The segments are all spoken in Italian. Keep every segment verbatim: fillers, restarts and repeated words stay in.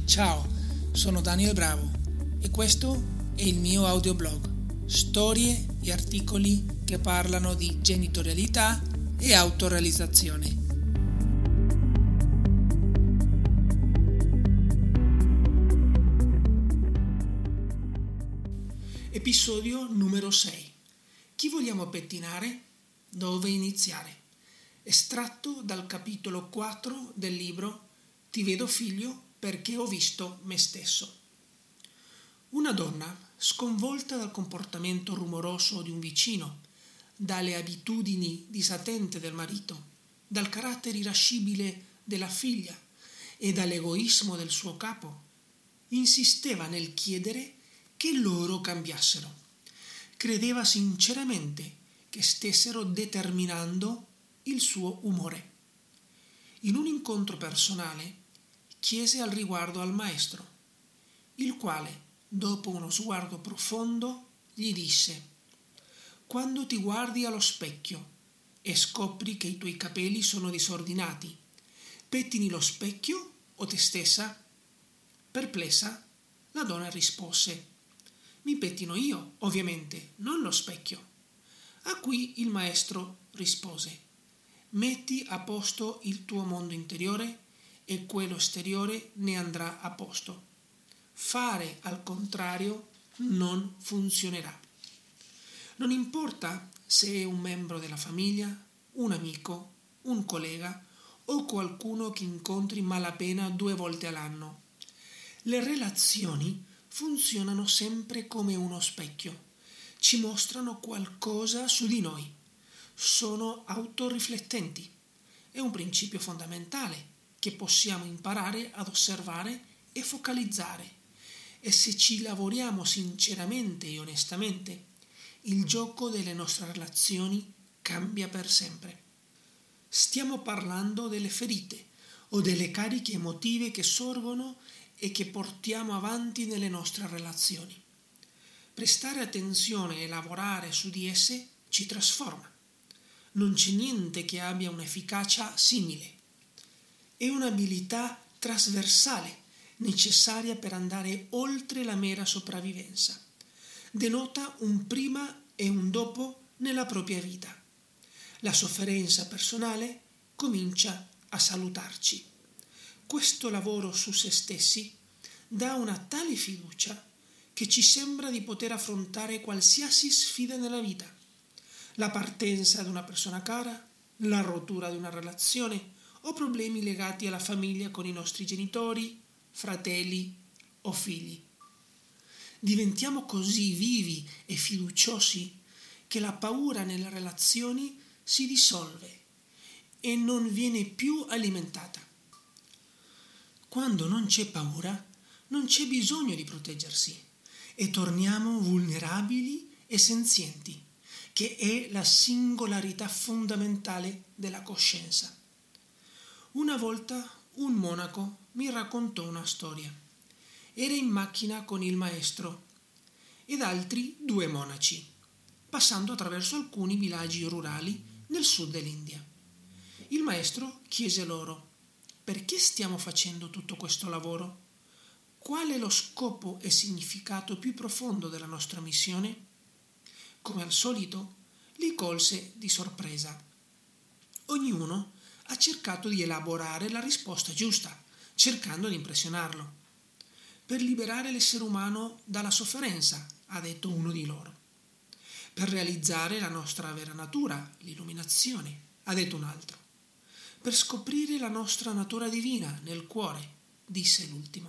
Ciao, sono Daniel Bravo e questo è il mio audioblog, storie e articoli che parlano di genitorialità e autorealizzazione. Episodio numero sei. Chi vogliamo pettinare? Dove iniziare? Estratto dal capitolo quattro del libro Ti vedo figlio perché ho visto me stesso. Una donna, sconvolta dal comportamento rumoroso di un vicino, dalle abitudini disattente del marito, dal carattere irascibile della figlia e dall'egoismo del suo capo, insisteva nel chiedere che loro cambiassero. Credeva sinceramente che stessero determinando il suo umore. In un incontro personale chiese al riguardo al maestro, il quale, dopo uno sguardo profondo, gli disse: «Quando ti guardi allo specchio e scopri che i tuoi capelli sono disordinati, pettini lo specchio o te stessa?» Perplessa, la donna rispose: «Mi pettino io, ovviamente, non lo specchio». A cui il maestro rispose: «Metti a posto il tuo mondo interiore e quello esteriore ne andrà a posto. Fare al contrario non funzionerà». Non importa se è un membro della famiglia, un amico, un collega o qualcuno che incontri malapena due volte all'anno. Le relazioni funzionano sempre come uno specchio. Ci mostrano qualcosa su di noi. Sono autoriflettenti. È un principio fondamentale che possiamo imparare ad osservare e focalizzare. E se ci lavoriamo sinceramente e onestamente, il gioco delle nostre relazioni cambia per sempre. Stiamo parlando delle ferite o delle cariche emotive che sorgono e che portiamo avanti nelle nostre relazioni. Prestare attenzione e lavorare su di esse ci trasforma. Non c'è niente che abbia un'efficacia simile. È un'abilità trasversale necessaria per andare oltre la mera sopravvivenza. Denota un prima e un dopo nella propria vita. La sofferenza personale comincia a salutarci. Questo lavoro su se stessi dà una tale fiducia che ci sembra di poter affrontare qualsiasi sfida nella vita. La partenza di una persona cara, la rottura di una relazione o problemi legati alla famiglia con i nostri genitori, fratelli o figli. Diventiamo così vivi e fiduciosi che la paura nelle relazioni si dissolve e non viene più alimentata. Quando non c'è paura, non c'è bisogno di proteggersi e torniamo vulnerabili e senzienti, che è la singolarità fondamentale della coscienza. Una volta un monaco mi raccontò una storia. Era in macchina con il maestro ed altri due monaci, passando attraverso alcuni villaggi rurali nel sud dell'India. Il maestro chiese loro: «Perché stiamo facendo tutto questo lavoro? Qual è lo scopo e significato più profondo della nostra missione?» Come al solito, li colse di sorpresa. Ognuno ha cercato di elaborare la risposta giusta, cercando di impressionarlo. «Per liberare l'essere umano dalla sofferenza», ha detto uno di loro. «Per realizzare la nostra vera natura, l'illuminazione», ha detto un altro. «Per scoprire la nostra natura divina nel cuore», disse l'ultimo.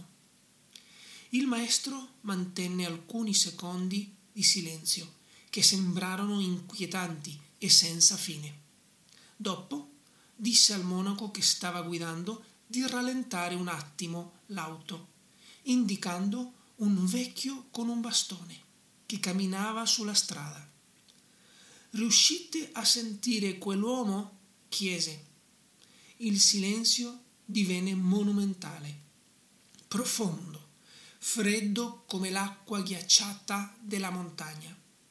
Il maestro mantenne alcuni secondi di silenzio che sembrarono inquietanti e senza fine. Dopo disse al monaco che stava guidando di rallentare un attimo l'auto, indicando un vecchio con un bastone che camminava sulla strada. «Riuscite a sentire quell'uomo?» chiese. Il silenzio divenne monumentale, profondo, freddo come l'acqua ghiacciata della montagna.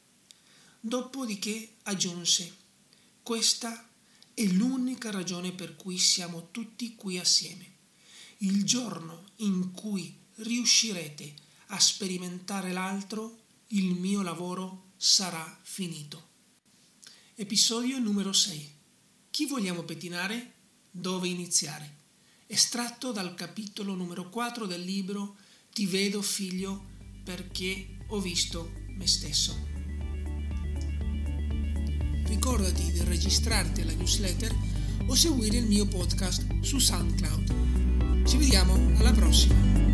Dopodiché aggiunse: «Questa è l'unica ragione per cui siamo tutti qui assieme. Il giorno in cui riuscirete a sperimentare l'altro, il mio lavoro sarà finito. Episodio numero sei. Chi vogliamo pettinare? Dove iniziare? Estratto dal capitolo numero quattro del libro Ti vedo figlio perché ho visto me stesso. Ricordati di registrarti alla newsletter o seguire il mio podcast su SoundCloud. Ci vediamo alla prossima!